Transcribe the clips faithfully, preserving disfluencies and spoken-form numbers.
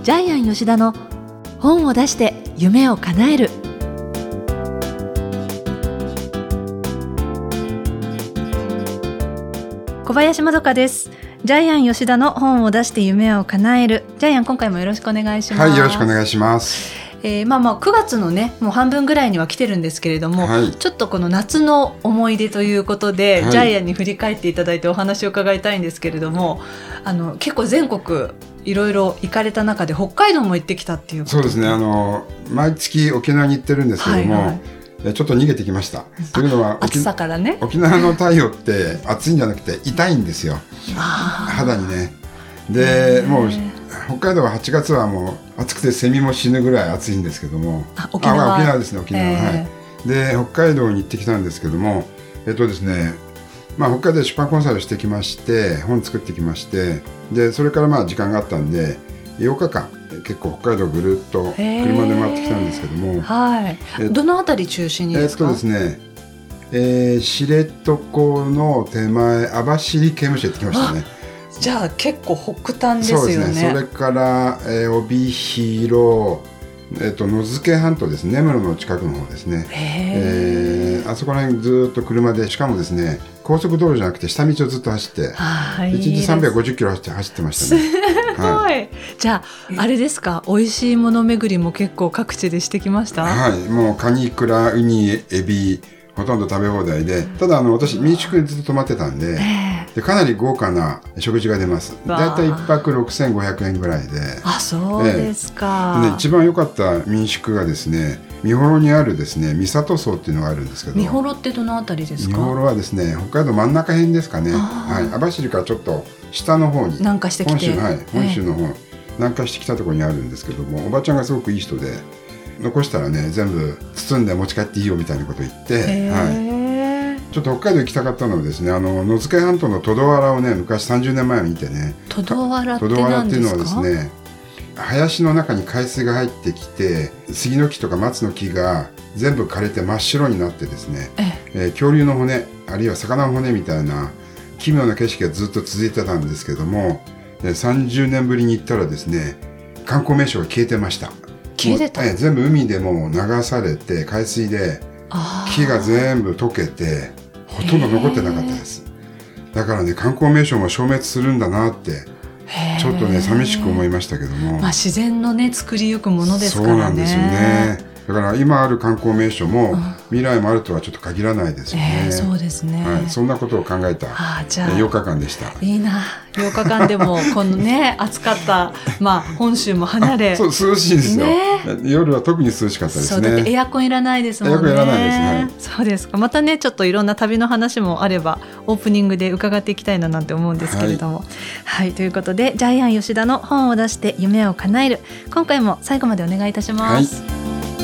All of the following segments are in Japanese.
ジャイアン吉田の本を出して夢を叶える。小林まどかです。ジャイアン吉田の本を出して夢を叶える。ジャイアン、今回もよろしくお願いします。 はい、よろしくお願いします。 えー、まあまあくがつのね、もう半分ぐらいには来てるんですけれども、はい、ちょっとこの夏の思い出ということで、はい、ジャイアンに振り返っていただいてお話を伺いたいんですけれども、あの結構全国いろいろ行かれた中で北海道も行ってきたっていうこと。 そうですね、あの毎月沖縄に行ってるんですけども、はいはい、ちょっと逃げてきました。というのは暑さからね、 沖縄の太陽って暑いんじゃなくて痛いんですよ、肌にね。でもう北海道ははちがつはもう暑くてセミも死ぬぐらい暑いんですけども、 あ、沖縄、 あ、沖縄ですね、沖縄、はい。で北海道に行ってきたんですけども、えっとですね、まあ、北海道で出版コンサルしてきまして、本作ってきまして、でそれからまあ時間があったんでようかかん結構北海道ぐるっと車で回ってきたんですけども、 はい、えどのあたり中心にですか？ えっとですね、えー、知床の手前網走刑務所行ってきましたね。 じゃあ結構北端ですよね。 そうですね。それから、えー、帯広、えー、と野付半島ですね、根室の近くの方ですね。えー、あそこら辺ずっと車で、しかもですね高速道路じゃなくて下道をずっと走って、はい、いちにちさんびゃくごじゅっキロ走って走ってましたね。 すごい、はい、じゃああれですか、美味しいもの巡りも結構各地でしてきました？ はい、もうカニ、イクラ、ウニ、エビほとんど食べ放題で、ただあの私民宿にずっと泊まってたんで、えー、でかなり豪華な食事が出ます。だいたいいっぱくろくせんごひゃくえんぐらいで。 あ、そうですか。 えー、で一番良かった民宿がですね、三幌にあるですね三郷荘っていうのがあるんですけど。 三幌ってどのあたりですか？ 三幌はですね北海道真ん中辺ですかね。はい、網走からちょっと下の方に南下してきて、 本州、はい、本州の方、えー、南下してきたところにあるんですけども、おばちゃんがすごくいい人で、残したらね全部包んで持ち帰っていいよみたいなこと言って、はい、ちょっと北海道行きたかったのはですね、あの野付半島のトドワラをね昔さんじゅうねんまえに見てね。 トドワラってトドワラっていうのは何でか？ ですすね、林の中に海水が入ってきて、杉の木とか松の木が全部枯れて真っ白になってですね、ええー、恐竜の骨あるいは魚の骨みたいな奇妙な景色がずっと続いてたんですけども、さんじゅうねんぶりに行ったらですね観光名所が消えてました。 消えてた？ えー、全部海でもう流されて、海水で木が全部溶けてほとんど残ってなかったです。だからね観光名所も消滅するんだなってちょっとね寂しく思いましたけども、 まあ、自然のね作りゆくものですからね。 そうなんですよね。だから今ある観光名所も未来もあるとはちょっと限らないですよね。 えー、そうですね、 はい、そんなことを考えたようかかんでした。 いいな、ようかかんでもこのね暑かった、まあ、本州も離れそう涼しいんですよ、ね、夜は特に涼しかったですね。 そうだってエアコンいらないですもんね。 エアコンいらないです、はい、 そうですか。またねちょっといろんな旅の話もあればオープニングで伺っていきたいななんて思うんですけれども、はい、はい、ということでジャイアン吉田の本を出して夢を叶える、今回も最後までお願いいたします。はい、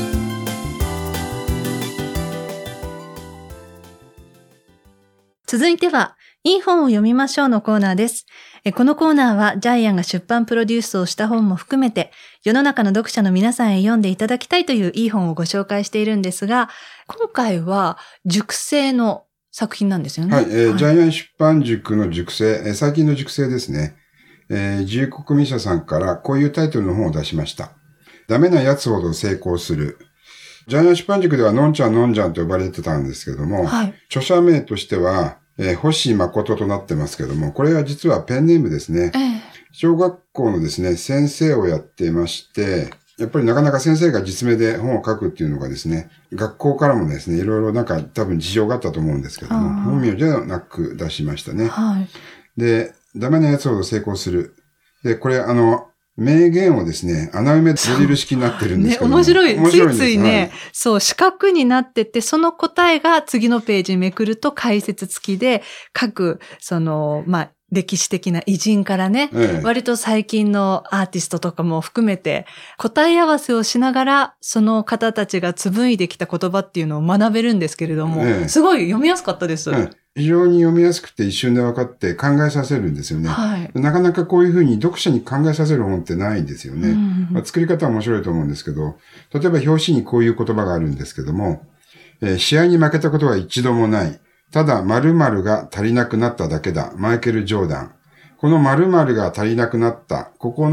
続いてはいい本を読みましょうのコーナーです。このコーナーはジャイアンが出版プロデュースをした本も含めて世の中の読者の皆さんへ読んでいただきたいといういい本をご紹介しているんですが、今回は塾生の作品なんですよね。 はい、えーはい、ジャイアン出版塾の塾生、えー、最近の塾生ですね、えー、自由国民社さんからこういうタイトルの本を出しました。ダメなやつほど成功する。ジャイアン出版塾ではのんちゃんのんちゃんと呼ばれてたんですけども、はい、著者名としてはえー、星誠となってますけども、これは実はペンネームですね。ええ、小学校のですね、先生をやっていまして、やっぱりなかなか先生が実名で本を書くっていうのがですね、学校からもですね、いろいろなんか多分事情があったと思うんですけども、本名じゃなく出しましたね。はい、で、ダメなやつほど成功する。で、これあの、名言をですね、穴埋めドリル式になってるんですけども、 ね、面白い。 面白いついついね、はい、そう、四角になってて、その答えが次のページめくると解説付きで、各、その、まあ、歴史的な偉人からね、ええ、割と最近のアーティストとかも含めて、答え合わせをしながら、その方たちが紡いできた言葉っていうのを学べるんですけれども、ええ、すごい読みやすかったです。ええ、非常に読みやすくて一瞬で分かって考えさせるんですよね。はい、なかなかこういうふうに読者に考えさせる本ってないんですよね。うん、まあ、作り方は面白いと思うんですけど、例えば表紙にこういう言葉があるんですけども、えー、試合に負けたことは一度もない。ただ〇〇が足りなくなっただけだ。マイケル・ジョーダン。この〇〇が足りなくなった。ここの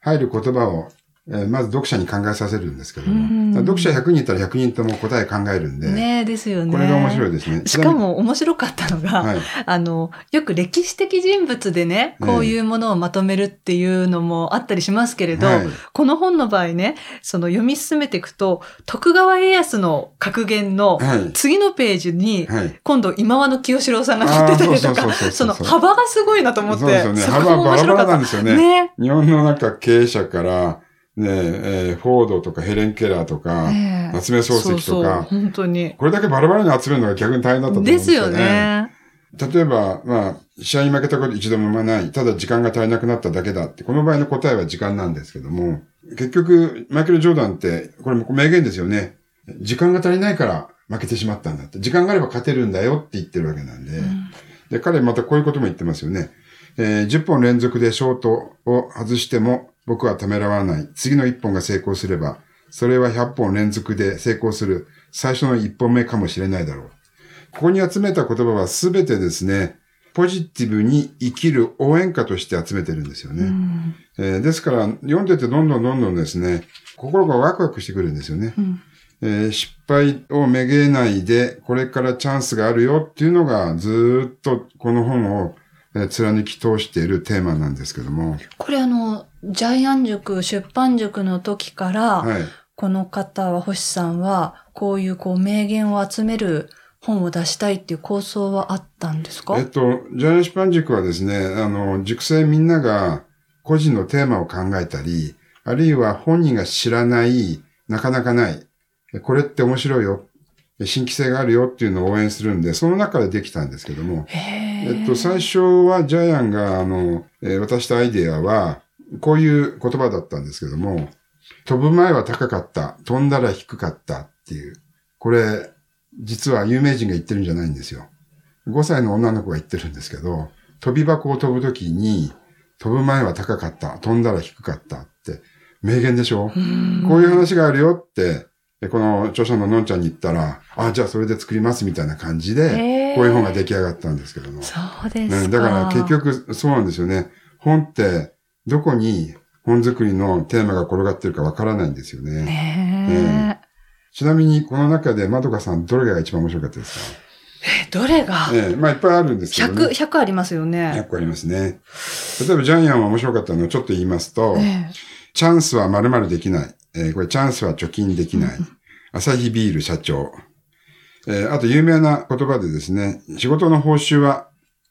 入る言葉を、えー、まず読者に考えさせるんですけども、読者ひゃくにんいたらひゃくにんとも答え考えるんで。 ねですよね。 これが面白いですね。 しかも面白かったのが、はい、あの、よく歴史的人物でね、こういうものをまとめるっていうのもあったりしますけれど、はい、この本の場合ね、その読み進めていくと、徳川家康の格言の次のページに、はい、今度今和の清志郎さんが載ってたりとか、その幅がすごいなと思って。そうですよね。 幅バラバラなんですよね。ね日本のなんか経営者から、ねえ、えー、フォードとかヘレン・ケラーとか、えー、夏目漱石とか、そうそう本当に。これだけバラバラに集めるのが逆に大変だったと思うんですよね。ですよね。例えば、まあ、試合に負けたこと一度もない、ただ時間が足りなくなっただけだって、この場合の答えは時間なんですけども、結局、マイケル・ジョーダンって、これも名言ですよね。時間が足りないから負けてしまったんだって。時間があれば勝てるんだよって言ってるわけなんで。うん、で、彼またこういうことも言ってますよね。えー、じゅっぽん連続でショートを外しても、僕はためらわない。次のいっぽんが成功すれば、それはひゃっぽん連続で成功する最初のいっぽんめかもしれないだろう。ここに集めた言葉はすべてですね、ポジティブに生きる応援歌として集めてるんですよね。うんえー、ですから、読んでてどんどんどんどんですね、心がワクワクしてくるんですよね。うんえー、失敗をめげないで、これからチャンスがあるよっていうのがずーっとこの本を貫き通しているテーマなんですけども。 これあの、ジャイアン塾、出版塾の時から、はい、この方は、星さんは、こういうこう名言を集める本を出したいっていう構想はあったんですか？ えっと、ジャイアン出版塾はですね、あの、塾生みんなが個人のテーマを考えたり、あるいは本人が知らない、なかなかない、これって面白いよ、新規性があるよっていうのを応援するんで、その中でできたんですけども、えっと、最初はジャイアンが、あの、えー、渡したアイデアは、こういう言葉だったんですけども、飛ぶ前は高かった、飛んだら低かったっていう、これ、実は有名人が言ってるんじゃないんですよ。ごさいの女の子が言ってるんですけど、飛び箱を飛ぶときに、飛ぶ前は高かった、飛んだら低かったって、名言でしょ？こういう話があるよって、この著者ののんちゃんに言ったら、あ、じゃあそれで作りますみたいな感じで、こういう本が出来上がったんですけども。 そうですか。 ね、だから結局そうなんですよね。本ってどこに本作りのテーマが転がってるかわからないんですよね。ねえ。ちなみにこの中でまどかさんどれが一番面白かったですか？ え、どれがええ、まあいっぱいあるんですけどね。 ひゃく、ひゃくありますよね。 ひゃくありますね。例えばジャイアンは面白かったのをちょっと言いますと、ええ、チャンスは〇〇できない。えー、これチャンスは貯金できない。アサヒビール社長。えー、あと有名な言葉でですね、仕事の報酬は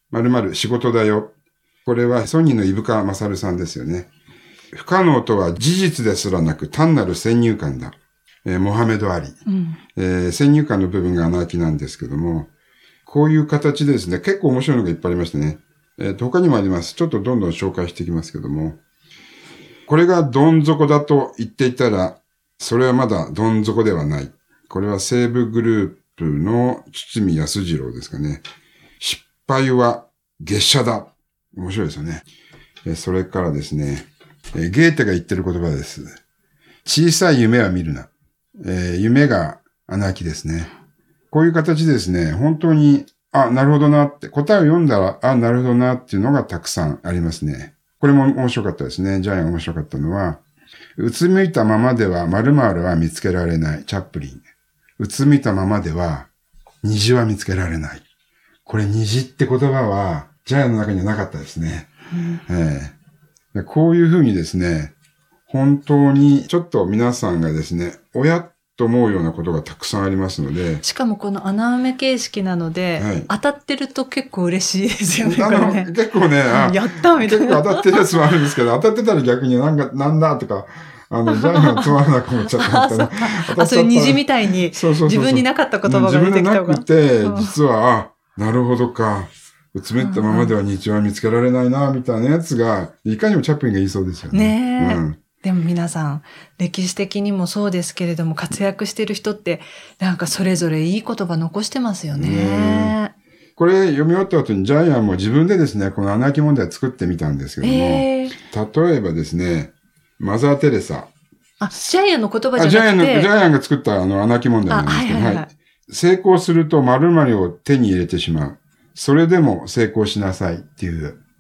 〇〇仕事だよ。これはソニーの伊深勝さんですよね。不可能とは事実ですらなく単なる先入観だ。えー、モハメド・アリ、うんえー。先入観の部分がアナーキなんですけども、こういう形でですね、結構面白いのがいっぱいありましてね。えー、と他にもあります。ちょっとどんどん紹介していきますけども。これがどん底だと言っていたら、それはまだどん底ではない。これは西武グループの堤康次郎ですかね。失敗は月謝だ。面白いですよね。それからですね、ゲーテが言ってる言葉です。小さい夢は見るな。えー、夢が穴あきですね。こういう形でですね、本当に、あ、なるほどなって、答えを読んだら、あ、なるほどなっていうのがたくさんありますね。これも面白かったですね。ジャイアン面白かったのは、うつむいたままでは〇〇は見つけられない。チャップリン。うつむいたままでは虹は見つけられない。これ虹って言葉はジャイアンの中にはなかったですね。うんえー、こういうふうにですね、本当にちょっと皆さんがですね、親と思うようなことがたくさんありますので。 しかもこの穴埋め形式なので、はい、当たってると結構嬉しいですよね。 あの、ね、結構ね、あやったみたいな。 結構当たってるやつもあるんですけど、当たってたら逆になんか、なんだとか、あの、ジャイアンつまらなく思っちゃったみたいな。 あ、そういう虹みたいに、そうそうそうそう自分になかった言葉が出てきた方が。 自分でなくて、実は、あ、なるほどか。うつめったままでは日は見つけられないな、みたいなやつが、いかにもチャップリンが言いそうですよね。 ねえ。うんでも皆さん、歴史的にもそうですけれども、活躍してる人って、なんかそれぞれいい言葉残してますよね。ねこれ読み終わった後にジャイアンも自分でですね、この穴あき問題作ってみたんですけども、えー、例えばですね、マザー・テレサ。 あ、ジャイアンの言葉じゃなくて。 ジャイアンの、ジャイアンが作ったあの穴あき問題なんですけど、はいはいはい、成功すると〇〇を手に入れてしまう。それでも成功しなさいっていう。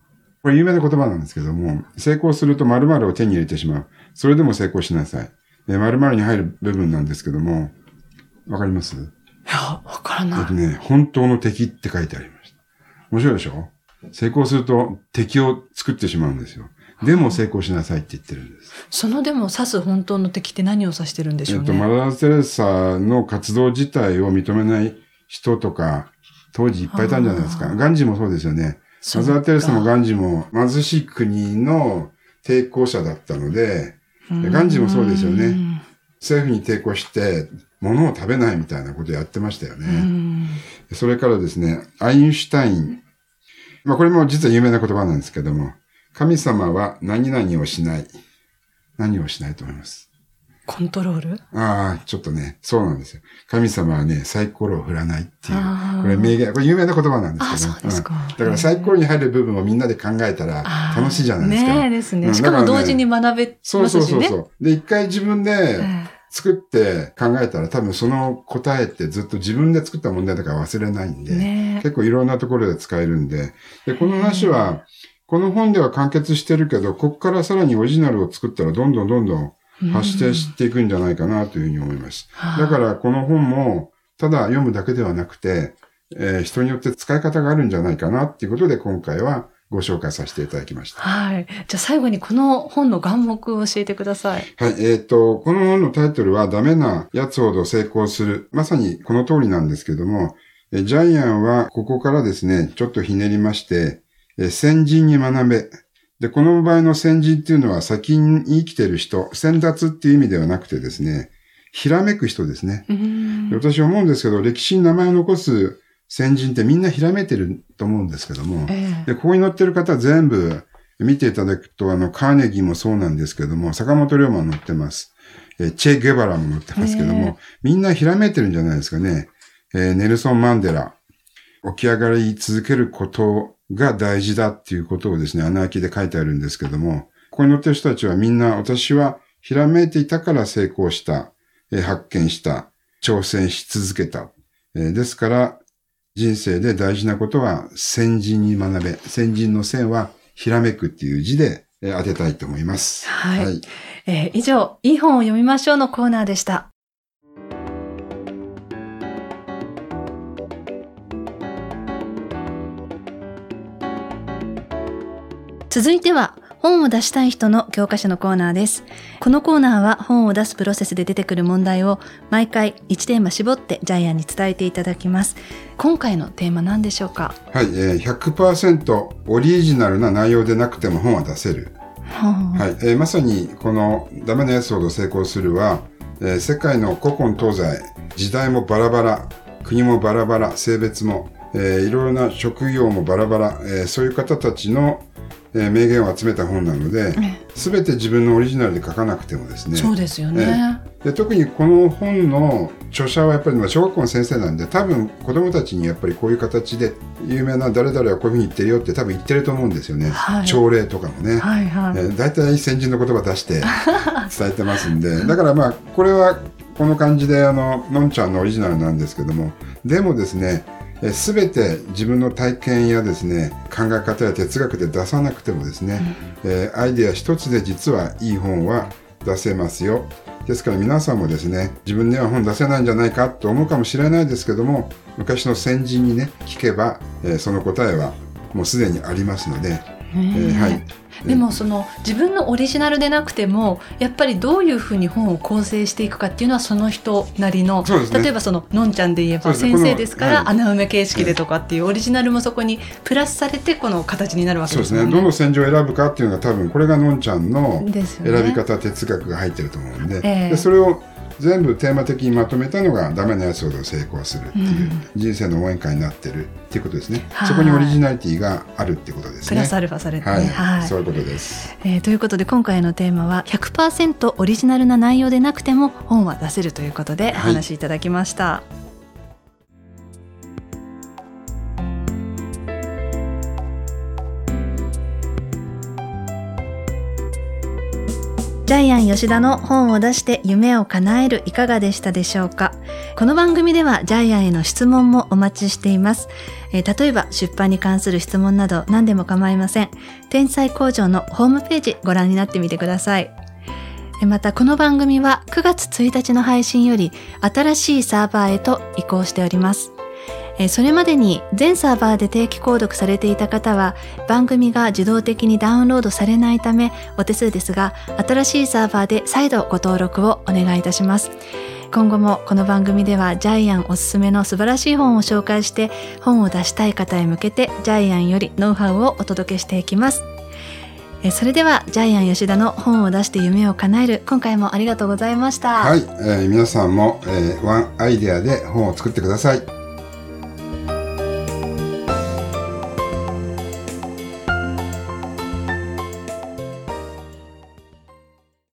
これ有名な言葉なんですけども、成功すると〇〇を手に入れてしまう。それでも成功しなさい。え〇〇に入る部分なんですけども、わかります？いや、わからない。 えっとね、本当の敵って書いてありました。面白いでしょ？成功すると敵を作ってしまうんですよ。でも成功しなさいって言ってるんです。 そのでも指す本当の敵って何を指してるんでしょうね。 えっと、マザー・テレサの活動自体を認めない人とか、当時いっぱいいたんじゃないですか。ガンジーもそうですよね。マザー・テレサもガンジーも貧しい国の抵抗者だったので、ガンジーもそうですよね。政府に抵抗して、物を食べないみたいなことをやってましたよね。それからですね、アインシュタイン。まあこれも実は有名な言葉なんですけども、神様は何々をしない。何をしないと思います。 コントロール？ ああ、ちょっとね、そうなんですよ。神様はね、サイコロを振らないっていう。これ名言、これ有名な言葉なんですけど、ね。 あ、そうですか、うん。 だからサイコロに入る部分をみんなで考えたら楽しいじゃないですか。 ねえですね。しかも同時に学べますしね。 そうそうそうそう。で、一回自分で作って考えたら多分その答えってずっと自分で作った問題だから忘れないんで、ね、結構いろんなところで使えるんで、で、この話は、この本では完結してるけど、ここからさらにオリジナルを作ったらどんどんどんどん発展していくんじゃないかなというふうに思います。だからこの本もただ読むだけではなくて、えー、人によって使い方があるんじゃないかなっていうことで今回はご紹介させていただきました。 はい。じゃあ最後にこの本の眼目を教えてください。 はい。えっと、この本のタイトルはダメなやつほど成功する。まさにこの通りなんですけども、ジャイアンはここからですね、ちょっとひねりまして、先人に学べ。で、この場合の先人っていうのは先に生きてる人、先達っていう意味ではなくてですね、ひらめく人ですね。で私思うんですけど、歴史に名前を残す先人ってみんなひらめいてると思うんですけども、えー、でここに載ってる方全部見ていただくと、あの、カーネギーもそうなんですけども、坂本龍馬も載ってます。えチェ・ゲバラも載ってますけども、えー、みんなひらめいてるんじゃないですかね。えー、ネルソン・マンデラ、起き上がり続けることが大事だっていうことをですね、穴あきで書いてあるんですけども、ここに載ってる人たちはみんな私はひらめいていたから成功した、えー、発見した、挑戦し続けた。えー、ですから、人生で大事なことは先人に学べ。先人の線はひらめくっていう字で、えー、当てたいと思います。 はい。はい、えー、以上、いい本を読みましょうのコーナーでした。続いては本を出したい人の教科書のコーナーです。このコーナーは本を出すプロセスで出てくる問題を毎回いちテーマ絞ってジャイアンに伝えていただきます。今回のテーマ何でしょうか？ はい、えー、ひゃくパーセント オリジナルな内容でなくても本は出せる。はい、えー、まさにこのダメなやつほど成功するは、えー、世界の古今東西、時代もバラバラ、国もバラバラ、性別も、えー、いろいろな職業もバラバラ、えー、そういう方たちのえー、名言を集めた本なので、すべて自分のオリジナルで書かなくてもですね。 そうですよね。 えー、で特にこの本の著者はやっぱり小学校の先生なんで、多分子供たちにやっぱりこういう形で有名な誰々はこういうふうに言ってるよって多分言ってると思うんですよね。はい、朝礼とかもね。はいはい、えー、大体先人の言葉出して伝えてますんで、だからまあこれはこの感じであののんちゃんのオリジナルなんですけども、でもですね。すべて自分の体験やですね、考え方や哲学で出さなくてもですね、うん、えー、アイデア一つで実はいい本は出せますよ。ですから皆さんもですね、自分では本出せないんじゃないかと思うかもしれないですけども、昔の先人にね、聞けば、えー、その答えはもうすでにありますので、えー、はい。 でもその自分のオリジナルでなくてもやっぱりどういうふうに本を構成していくかっていうのはその人なりの、ね、例えばそののんちゃんで言えば先生ですから穴埋め形式でとかっていうオリジナルもそこにプラスされてこの形になるわけですよね。 そうですね。どの戦場を選ぶかっていうのが多分これがのんちゃんの選び方、哲学が入ってると思うんで、えー、でそれを全部テーマ的にまとめたのがダメなやつほど成功するっていう、うん、人生の応援歌になってるっていうことですね。そこにオリジナリティがあるっていうことですね。 プラスアルファされて、ね、 はいはい、そういうことです、 えー、ということで今回のテーマは ひゃくパーセント オリジナルな内容でなくても本は出せるということでお話しいただきました、はい。 ジャイアン吉田の本を出して夢を叶えるいかがでしたでしょうか。この番組ではジャイアンへの質問もお待ちしています。えー、例えば出版に関する質問など何でも構いません。天才工場のホームページご覧になってみてください。またこの番組はくがつついたちの配信より新しいサーバーへと移行しております。それまでに全サーバーで定期購読されていた方は番組が自動的にダウンロードされないためお手数ですが、新しいサーバーで再度ご登録をお願いいたします。今後もこの番組ではジャイアンおすすめの素晴らしい本を紹介して本を出したい方へ向けてジャイアンよりノウハウをお届けしていきます。それではジャイアン吉田の本を出して夢を叶える、今回もありがとうございました。 はい、えー、皆さんも、えー、ワンアイデアで本を作ってください。